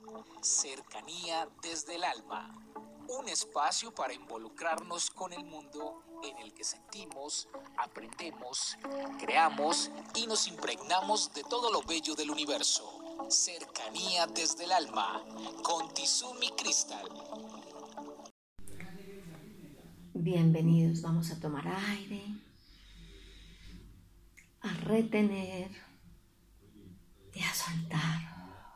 Cercanía desde el alma. Un espacio para involucrarnos con el mundo en el que sentimos, aprendemos, creamos y nos impregnamos de todo lo bello del universo. Cercanía desde el alma, con Tizumi Crystal. Bienvenidos, vamos a tomar aire, a retener y a soltar.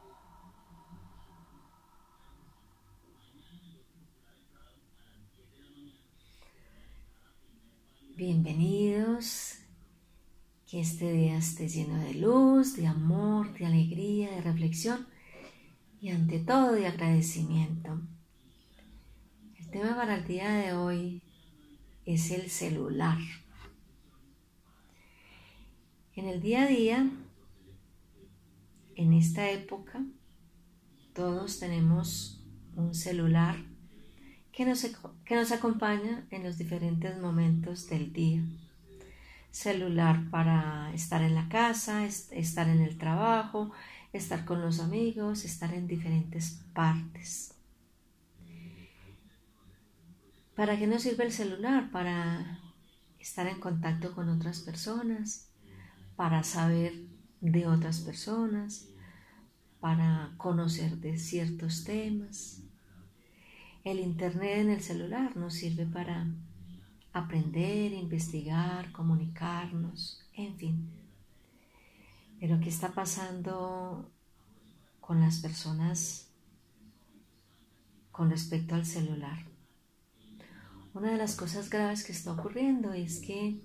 Bienvenidos, que este día esté lleno de luz, de amor, de alegría, de reflexión y ante todo de agradecimiento. El tema para el día de hoy es el celular. En el día a día, en esta época, todos tenemos un celular que nos acompaña en los diferentes momentos del día. Celular para estar en la casa, estar en el trabajo, estar con los amigos, estar en diferentes partes. ¿Para qué nos sirve el celular? Para estar en contacto con otras personas, para saber de otras personas, para conocer de ciertos temas. El internet en el celular nos sirve para aprender, investigar, comunicarnos, en fin. Pero ¿qué está pasando con las personas con respecto al celular? Una de las cosas graves que está ocurriendo es que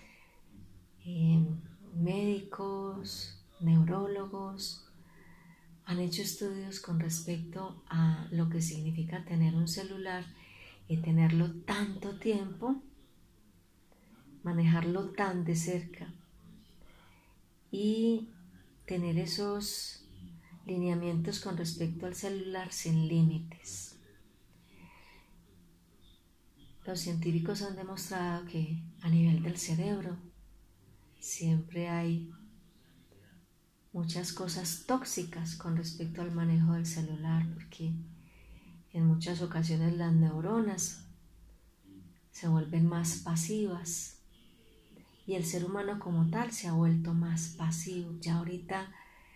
médicos, neurólogos han hecho estudios con respecto a lo que significa tener un celular y tenerlo tanto tiempo, manejarlo tan de cerca y tener esos lineamientos con respecto al celular sin límites. Los científicos han demostrado que a nivel del cerebro siempre hay muchas cosas tóxicas con respecto al manejo del celular, porque en muchas ocasiones las neuronas se vuelven más pasivas y el ser humano como tal se ha vuelto más pasivo. Ya ahorita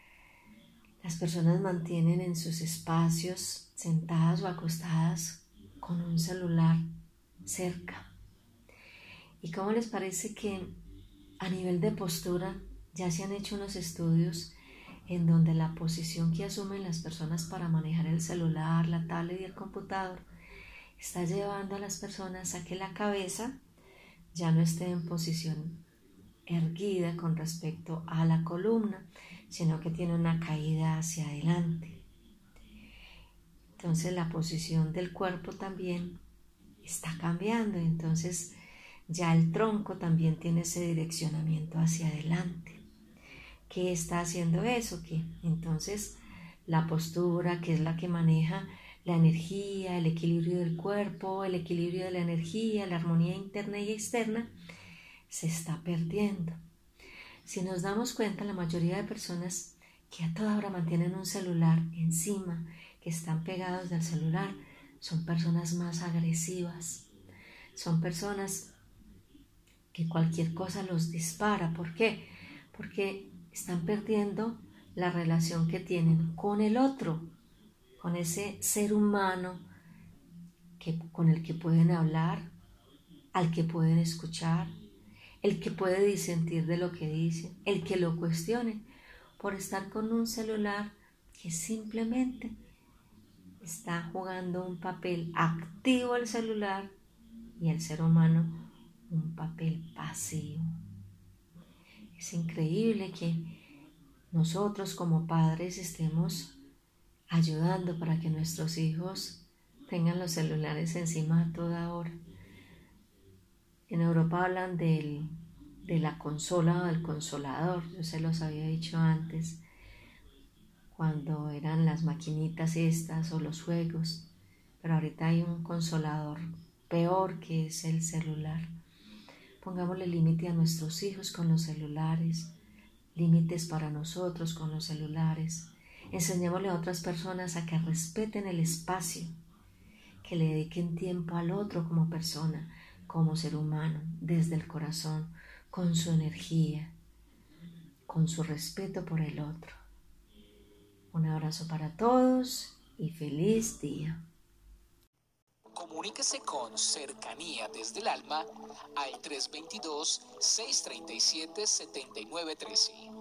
las personas mantienen en sus espacios sentadas o acostadas con un celular cerca. ¿Y cómo les parece que a nivel de postura ya se han hecho unos estudios en donde la posición que asumen las personas para manejar el celular, la tablet y el computador está llevando a las personas a que la cabeza ya no esté en posición erguida con respecto a la columna, sino que tiene una caída hacia adelante? Entonces la posición del cuerpo también está cambiando, entonces ya el tronco también tiene ese direccionamiento hacia adelante. ¿Qué está haciendo eso? Que entonces la postura, que es la que maneja la energía, el equilibrio del cuerpo, el equilibrio de la energía, la armonía interna y externa, se está perdiendo. Si nos damos cuenta, la mayoría de personas que a toda hora mantienen un celular encima, que están pegados del celular, son personas más agresivas, son personas que cualquier cosa los dispara. ¿Por qué? Porque están perdiendo la relación que tienen con el otro, con ese ser humano con el que pueden hablar, al que pueden escuchar, el que puede disentir de lo que dicen, el que lo cuestione, por estar con un celular que simplemente está jugando un papel activo el celular y el ser humano un papel pasivo. Es increíble que nosotros como padres estemos ayudando para que nuestros hijos tengan los celulares encima a toda hora. En Europa hablan de la consola o del consolador. Yo se los había dicho antes, cuando eran las maquinitas estas o los juegos, pero ahorita hay un consolador peor, que es el celular. Pongámosle límite a nuestros hijos con los celulares, límites para nosotros con los celulares, Enseñémosle a otras personas a que respeten el espacio, que le dediquen tiempo al otro como persona, como ser humano, desde el corazón, con su energía, con su respeto por el otro. Un abrazo para todos y feliz día. Comuníquese con Cercanía desde el Alma al 322-637-7913.